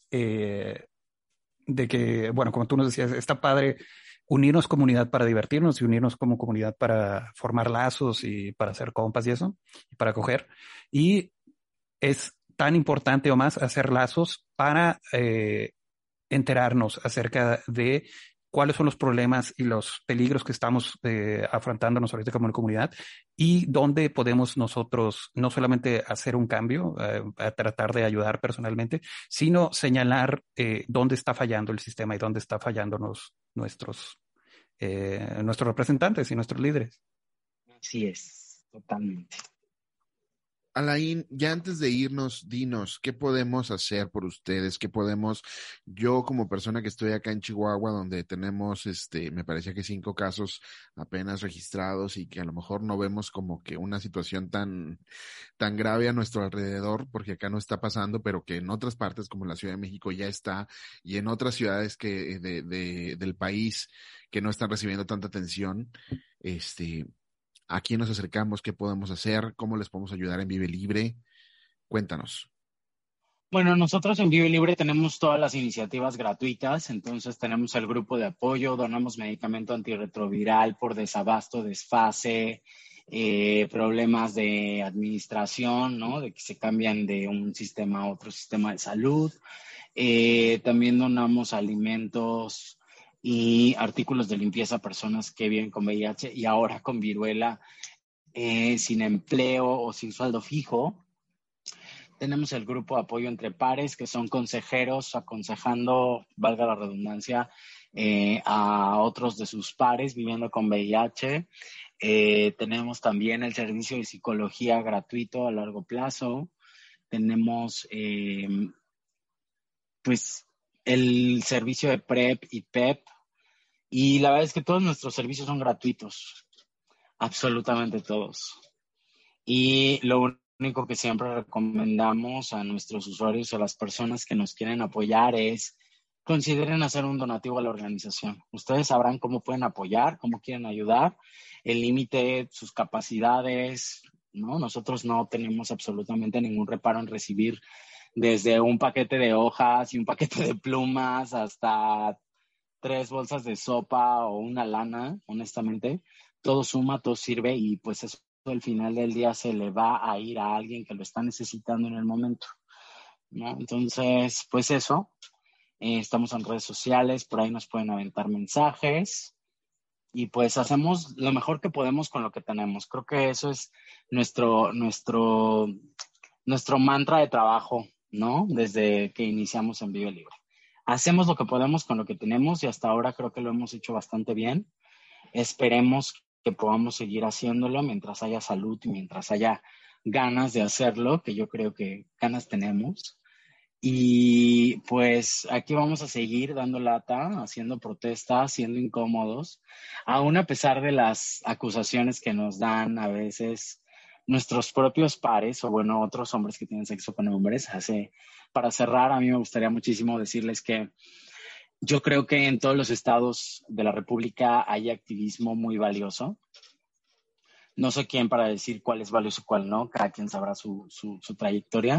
de que, bueno, como tú nos decías, está padre unirnos comunidad para divertirnos y unirnos como comunidad para formar lazos y para hacer compas y eso, y para coger. Y es tan importante o más hacer lazos para enterarnos acerca de cuáles son los problemas y los peligros que estamos afrontándonos ahorita como comunidad y dónde podemos nosotros no solamente hacer un cambio, a tratar de ayudar personalmente, sino señalar dónde está fallando el sistema y dónde está fallando nuestros representantes y nuestros líderes. Así es, totalmente. Alain, ya antes de irnos, dinos, ¿qué podemos hacer por ustedes? Yo como persona que estoy acá en Chihuahua, donde tenemos, me parecía que 5 casos apenas registrados y que a lo mejor no vemos como que una situación tan grave a nuestro alrededor, porque acá no está pasando, pero que en otras partes como la Ciudad de México ya está, y en otras ciudades del país que no están recibiendo tanta atención, ¿a quién nos acercamos? ¿Qué podemos hacer? ¿Cómo les podemos ayudar en Vive Libre? Cuéntanos. Bueno, nosotros en Vive Libre tenemos todas las iniciativas gratuitas, entonces tenemos el grupo de apoyo, donamos medicamento antirretroviral por desabasto, desfase, problemas de administración, ¿no? De que se cambian de un sistema a otro sistema de salud. También donamos alimentos y artículos de limpieza a personas que viven con VIH y ahora con viruela, sin empleo o sin sueldo fijo. Tenemos el grupo de apoyo entre pares, que son consejeros aconsejando, valga la redundancia, a otros de sus pares viviendo con VIH. Tenemos también el servicio de psicología gratuito a largo plazo. Tenemos, pues, el servicio de PrEP y PEP. Y la verdad es que todos nuestros servicios son gratuitos, absolutamente todos. Y lo único que siempre recomendamos a nuestros usuarios, a las personas que nos quieren apoyar, es consideren hacer un donativo a la organización. Ustedes sabrán cómo pueden apoyar, cómo quieren ayudar, el límite, sus capacidades, ¿no? Nosotros no tenemos absolutamente ningún reparo en recibir desde un paquete de hojas y un paquete de plumas hasta 3 bolsas de sopa o una lana, honestamente. Todo suma, todo sirve y pues eso al final del día se le va a ir a alguien que lo está necesitando en el momento, ¿no? Entonces, pues eso. Estamos en redes sociales, por ahí nos pueden aventar mensajes y pues hacemos lo mejor que podemos con lo que tenemos. Creo que eso es nuestro mantra de trabajo, ¿no? Desde que iniciamos en Vive Libre. Hacemos lo que podemos con lo que tenemos y hasta ahora creo que lo hemos hecho bastante bien. Esperemos que podamos seguir haciéndolo mientras haya salud y mientras haya ganas de hacerlo, que yo creo que ganas tenemos. Y pues aquí vamos a seguir dando lata, haciendo protestas, siendo incómodos, aún a pesar de las acusaciones que nos dan a veces nuestros propios pares, o bueno, otros hombres que tienen sexo con hombres. Para cerrar, a mí me gustaría muchísimo decirles que yo creo que en todos los estados de la República hay activismo muy valioso. No soy quien para decir cuál es valioso y cuál no, cada quien sabrá su trayectoria.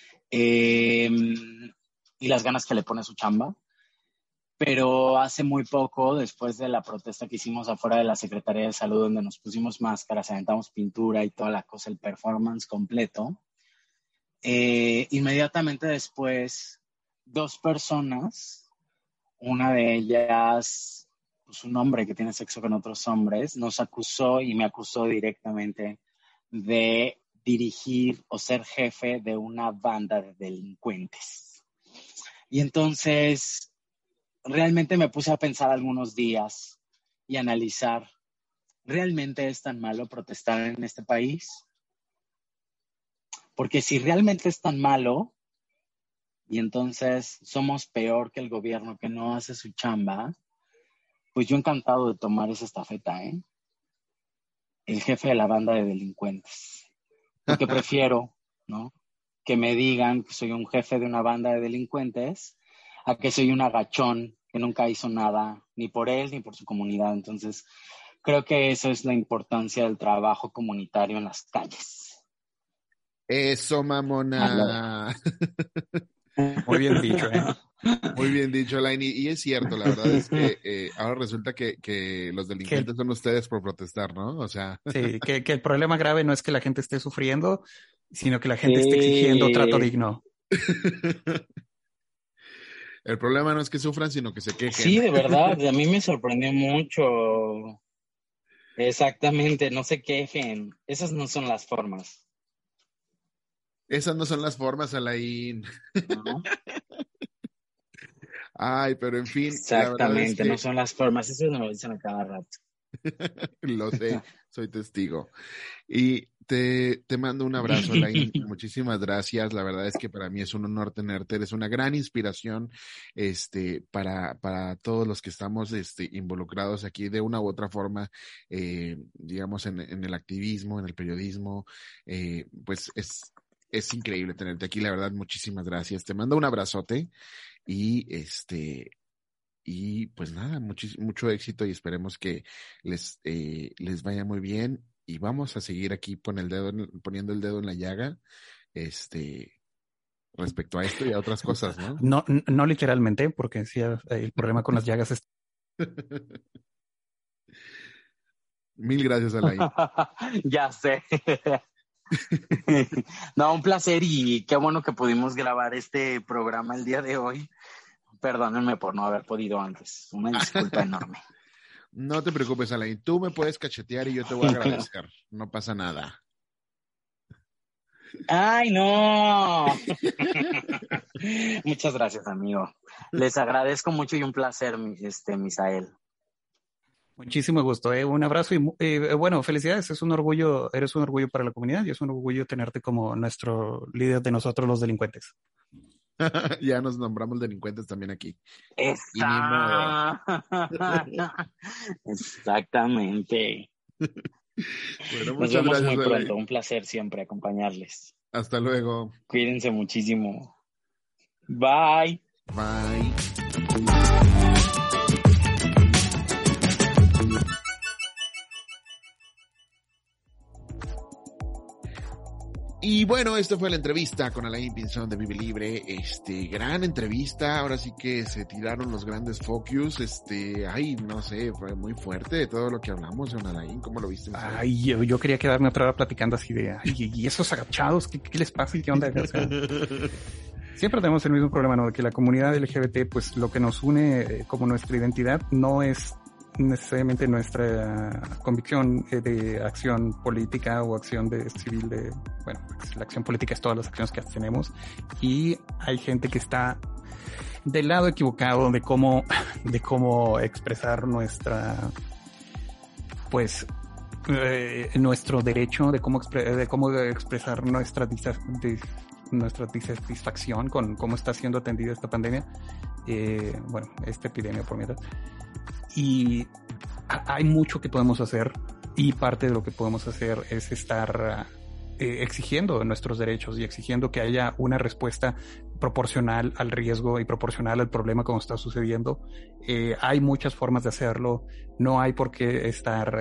Y las ganas que le pone su chamba. Pero hace muy poco, después de la protesta que hicimos afuera de la Secretaría de Salud, donde nos pusimos máscaras, aventamos pintura y toda la cosa, el performance completo, inmediatamente después, 2 personas, una de ellas, pues un hombre que tiene sexo con otros hombres, nos acusó y me acusó directamente de dirigir o ser jefe de una banda de delincuentes. Y entonces realmente me puse a pensar algunos días y analizar, ¿realmente es tan malo protestar en este país? Porque si realmente es tan malo y entonces somos peor que el gobierno que no hace su chamba, pues yo encantado de tomar esa estafeta, el jefe de la banda de delincuentes. Porque prefiero, ¿no?, que me digan que soy un jefe de una banda de delincuentes a que soy un agachón que nunca hizo nada, ni por él ni por su comunidad. Entonces, creo que eso es la importancia del trabajo comunitario en las calles. Eso, mamona. Muy bien dicho, Muy bien dicho, Laini. Y es cierto, la verdad es que ahora resulta que los delincuentes son ustedes por protestar, ¿no? O sea. Sí, que el problema grave no es que la gente esté sufriendo, sino que la gente esté exigiendo trato digno. El problema no es que sufran, sino que se quejen. Sí, de verdad, a mí me sorprendió mucho. Exactamente, no se quejen. Esas no son las formas. Esas no son las formas, Alain. ¿No? Ay, pero en fin. Exactamente, no son las formas. Eso me lo dicen a cada rato. Lo sé, soy testigo. Y te mando un abrazo, Alain. Muchísimas gracias. La verdad es que para mí es un honor tenerte. Eres una gran inspiración para todos los que estamos involucrados aquí de una u otra forma, digamos, en el activismo, en el periodismo. Pues es increíble tenerte aquí, la verdad. Muchísimas gracias. Te mando un abrazote y y pues nada, mucho éxito y esperemos que les vaya muy bien y vamos a seguir aquí poniendo el dedo en la llaga respecto a esto y a otras cosas, ¿no? No literalmente, porque sí, el problema con las llagas es... Mil gracias, Alain. Ya sé. No, un placer y qué bueno que pudimos grabar este programa el día de hoy. Perdónenme por no haber podido antes. Una disculpa enorme. No te preocupes, Alain. Tú me puedes cachetear y yo te voy a agradecer. No pasa nada. ¡Ay, no! Muchas gracias, amigo. Les agradezco mucho y un placer, Misael. Muchísimo gusto, un abrazo y bueno, felicidades, eres un orgullo para la comunidad y es un orgullo tenerte como nuestro líder de nosotros los delincuentes. Ya nos nombramos delincuentes también aquí. Exactamente. Bueno, nos vemos muy pronto, un placer siempre acompañarles. Hasta luego. Cuídense muchísimo. Bye. Bye. Y bueno, esta fue la entrevista con Alain Pinzón de Vive Libre, gran entrevista, ahora sí que se tiraron los grandes focus, no sé, fue muy fuerte todo lo que hablamos con Alain, ¿cómo lo viste? Ay, yo quería quedarme otra hora platicando así de, y esos agachados, ¿qué les pasa y qué onda? O sea, siempre tenemos el mismo problema, ¿no? De que la comunidad LGBT, pues lo que nos une como nuestra identidad no es necesariamente nuestra convicción de acción política o acción civil pues la acción política es todas las acciones que tenemos y hay gente que está del lado equivocado de cómo expresar nuestro derecho, de cómo expresar nuestra disatisfacción con cómo está siendo atendida esta pandemia, esta epidemia por mientras. Y hay mucho que podemos hacer, y parte de lo que podemos hacer es estar exigiendo nuestros derechos y exigiendo que haya una respuesta proporcional al riesgo y proporcional al problema como está sucediendo. Hay muchas formas de hacerlo. No hay por qué estar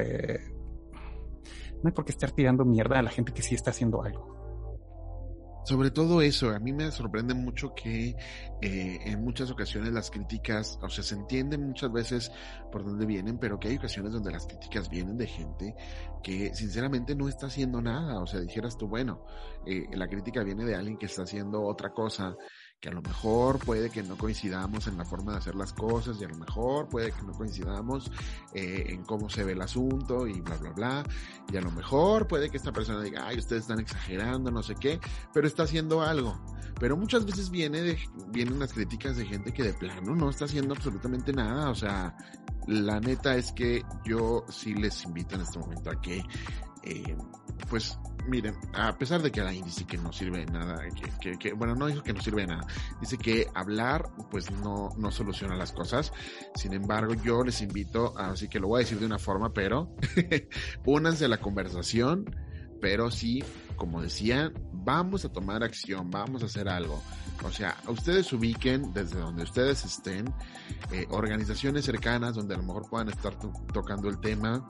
tirando mierda a la gente que sí está haciendo algo. Sobre todo eso, a mí me sorprende mucho que en muchas ocasiones las críticas, o sea, se entiende muchas veces por dónde vienen, pero que hay ocasiones donde las críticas vienen de gente que sinceramente no está haciendo nada. O sea, dijeras tú, bueno, la crítica viene de alguien que está haciendo otra cosa, que a lo mejor puede que no coincidamos en la forma de hacer las cosas, y a lo mejor puede que no coincidamos en cómo se ve el asunto y bla, bla, bla, y a lo mejor puede que esta persona diga, ay, ustedes están exagerando, no sé qué, pero está haciendo algo. Pero muchas veces vienen las críticas de gente que de plano no está haciendo absolutamente nada. O sea, la neta es que yo sí les invito en este momento a que pues miren, a pesar de que Alain dice que no sirve de nada, bueno, no dijo que no sirve de nada, dice que hablar pues no soluciona las cosas. Sin embargo, yo les invito, así que lo voy a decir de una forma, pero únanse a la conversación, pero sí, como decía, vamos a tomar acción, vamos a hacer algo. O sea, ustedes ubiquen desde donde ustedes estén, organizaciones cercanas donde a lo mejor puedan estar tocando el tema,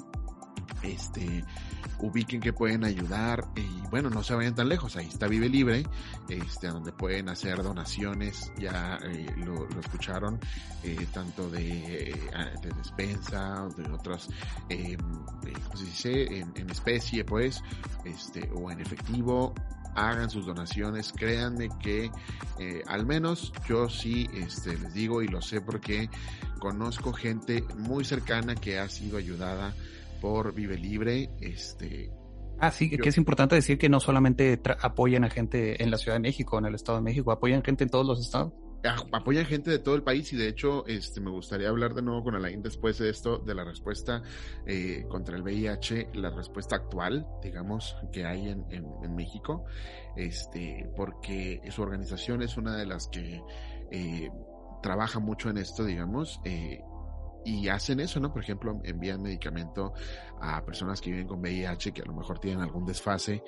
ubiquen que pueden ayudar, y bueno, no se vayan tan lejos. Ahí está Vive Libre, donde pueden hacer donaciones, ya lo escucharon, tanto de despensa, de otras, ¿cómo se dice? En especie, pues, o en efectivo. Hagan sus donaciones, créanme que al menos yo sí les digo, y lo sé porque conozco gente muy cercana que ha sido ayudada por Vive Libre. Sí, que es importante decir que no solamente apoyan a gente en la Ciudad de México, en el Estado de México, apoyan gente en todos los estados. Apoyan gente de todo el país, y de hecho me gustaría hablar de nuevo con Alain después de esto, de la respuesta contra el VIH, la respuesta actual, digamos, que hay en México, porque su organización es una de las que trabaja mucho en esto, digamos, y hacen eso, ¿no? Por ejemplo, envían medicamento a personas que viven con VIH, que a lo mejor tienen algún desfase,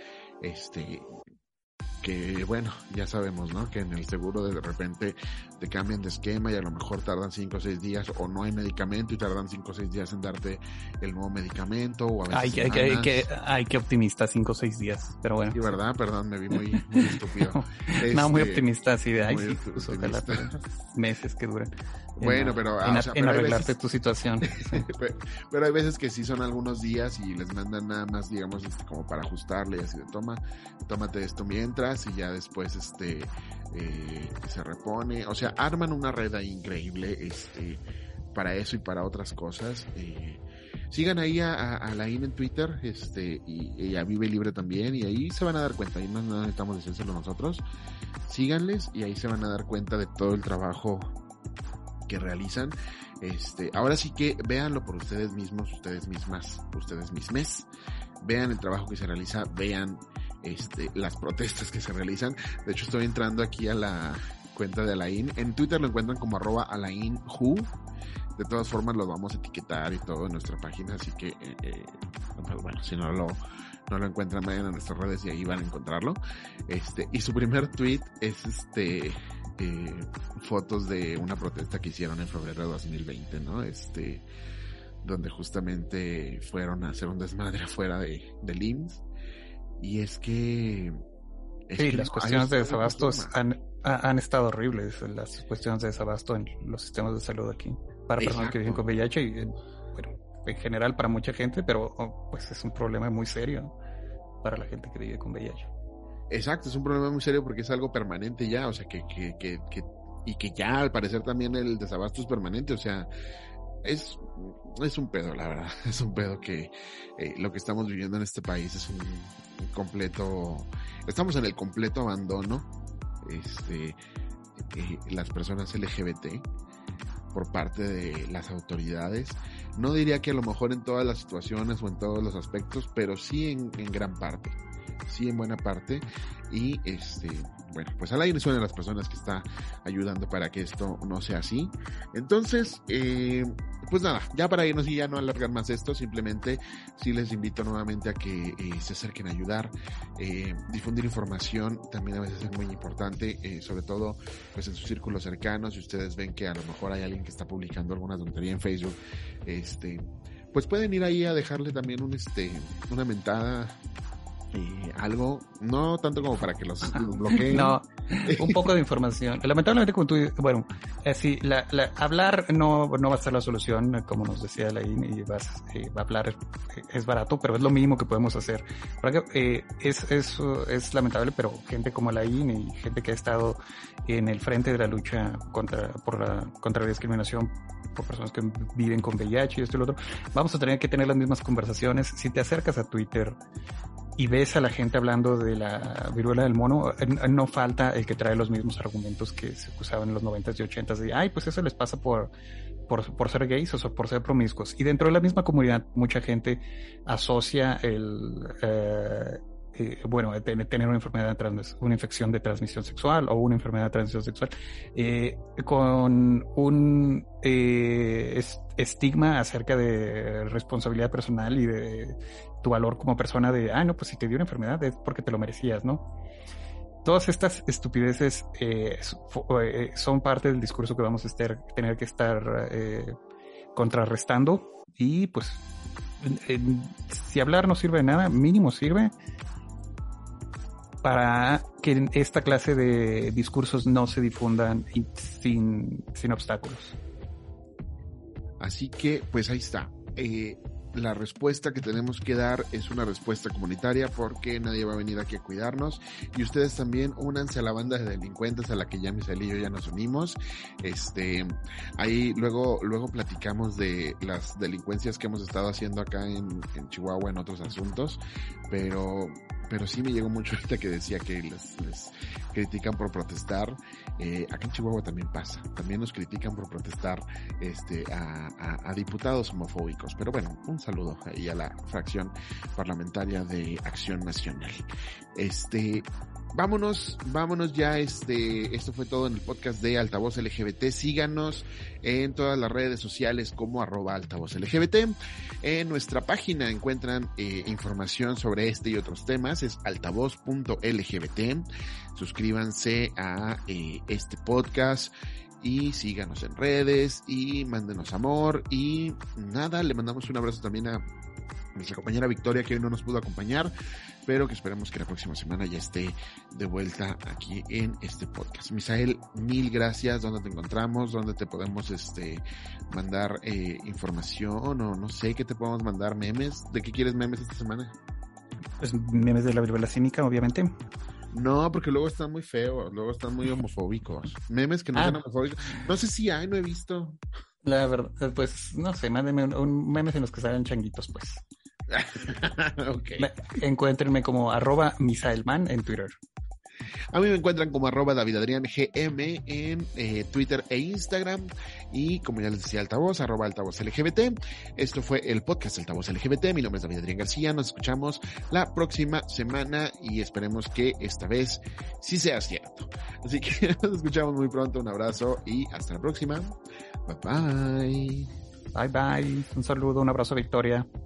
que bueno, ya sabemos, ¿no? Que en el seguro de repente te cambian de esquema y a lo mejor tardan 5 o 6 días, o no hay medicamento y tardan 5 o 6 días en darte el nuevo medicamento, o a veces Ay, qué optimista, 5 o 6 días, pero bueno. Sí, ¿verdad? Perdón, me vi muy estúpido. No, muy optimista, así de, ay, sí, pues ojalá meses que duren. Bueno, pero en arreglarte tu situación. Sí. Pero hay veces que sí son algunos días y les mandan nada más, digamos, como para ajustarle, y así de tómate esto mientras, y ya después se repone. O sea, arman una red ahí increíble para eso y para otras cosas. Sigan ahí a Alain en Twitter, y a Vive Libre también, y ahí se van a dar cuenta. Ahí no necesitamos decírselo nosotros. Síganles y ahí se van a dar cuenta de todo el trabajo que realizan. Ahora sí que véanlo por ustedes mismos, ustedes mismas, ustedes mismes. Vean el trabajo que se realiza, vean las protestas que se realizan. De hecho, estoy entrando aquí a la cuenta de Alain. En Twitter lo encuentran como @AlainWho. De todas formas, lo vamos a etiquetar y todo en nuestra página, así que pues bueno, si no lo encuentran, vayan a nuestras redes y ahí van a encontrarlo. Y su primer tweet es fotos de una protesta que hicieron en febrero de 2020, ¿no? Donde justamente fueron a hacer un desmadre afuera del IMSS. Y es que las cuestiones de desabasto han estado horribles, las cuestiones de desabasto en los sistemas de salud aquí, para personas que viven con VIH y, bueno, en general para mucha gente, pero pues es un problema muy serio para la gente que vive con VIH. Exacto, es un problema muy serio porque es algo permanente ya, o sea, que ya al parecer también el desabasto es permanente, o sea, es un pedo, la verdad, es un pedo que lo que estamos viviendo en este país es un completo, estamos en el completo abandono, las personas LGBT por parte de las autoridades. No diría que a lo mejor en todas las situaciones o en todos los aspectos, pero sí en gran parte. sí, en buena parte. Y bueno, pues Alain es una de las personas que está ayudando para que esto no sea así. Entonces, pues nada, ya para irnos y ya no alargar más esto, simplemente sí les invito nuevamente a que se acerquen a ayudar. Difundir información también a veces es muy importante, sobre todo pues en sus círculos cercanos. Si ustedes ven que a lo mejor hay alguien que está publicando alguna tontería en Facebook, pues pueden ir ahí a dejarle también una mentada, algo, no tanto como para que los bloqueen. No, un poco de información. Lamentablemente, como tú, bueno, sí, hablar no va a ser la solución, como nos decía Alain, y va a hablar, es barato, pero es lo mínimo que podemos hacer. Es lamentable, pero gente como Alain y gente que ha estado en el frente de la lucha contra la discriminación por personas que viven con VIH y esto y lo otro, vamos a tener que tener las mismas conversaciones. Si te acercas a Twitter y ves a la gente hablando de la viruela del mono, no falta el que trae los mismos argumentos que se usaban en los 90s y 80s de, ay, pues eso les pasa por ser gays o por ser promiscuos. Y dentro de la misma comunidad, mucha gente asocia tener una enfermedad una infección de transmisión sexual o una enfermedad de transmisión sexual con un estigma acerca de responsabilidad personal y de tu valor como persona de, no, pues si te dio una enfermedad es porque te lo merecías, ¿no? Todas estas estupideces son parte del discurso que vamos a tener que estar contrarrestando, y pues si hablar no sirve de nada, mínimo sirve para que esta clase de discursos no se difundan sin obstáculos. Así que, pues ahí está. La respuesta que tenemos que dar es una respuesta comunitaria, porque nadie va a venir aquí a cuidarnos, y ustedes también únanse a la banda de delincuentes a la que ya Misael y yo ya nos unimos. Ahí luego platicamos de las delincuencias que hemos estado haciendo acá en Chihuahua en otros asuntos, pero sí me llegó mucho ahorita que decía que les critican por protestar. Acá en Chihuahua también pasa, también nos critican por protestar a diputados homofóbicos, pero bueno, un saludo ahí a la fracción parlamentaria de Acción Nacional. Vámonos ya, esto fue todo en el podcast de Altavoz LGBT. Síganos en todas las redes sociales como @altavozlgbt. En nuestra página encuentran información sobre este y otros temas, es altavoz.lgbt. Suscríbanse a este podcast y síganos en redes y mándenos amor, y nada, le mandamos un abrazo también a nuestra compañera Victoria, que hoy no nos pudo acompañar, pero que esperemos que la próxima semana ya esté de vuelta aquí en este podcast. Misael, mil gracias. ¿Dónde te encontramos? ¿Dónde te podemos mandar información? O no sé, ¿qué te podemos mandar? ¿Memes? ¿De qué quieres memes esta semana? Pues memes de la viruela cínica, obviamente. No, porque luego están muy feos, luego están muy homofóbicos. Memes que no son homofóbicos. No sé si hay, no he visto. La verdad, pues, no sé, mándenme un memes en los que salgan changuitos, pues. Okay. Encuéntrenme como @misaelman en Twitter. A mí me encuentran como @davidadriangm en Twitter e Instagram, y como ya les decía, Altavoz, @altavozlgbt. Esto fue el podcast Altavoz LGBT. Mi nombre es David Adrián García. Nos escuchamos la próxima semana y esperemos que esta vez sí sea cierto. Así que nos escuchamos muy pronto. Un abrazo y hasta la próxima. Bye bye. Bye bye. Un saludo, un abrazo, Victoria.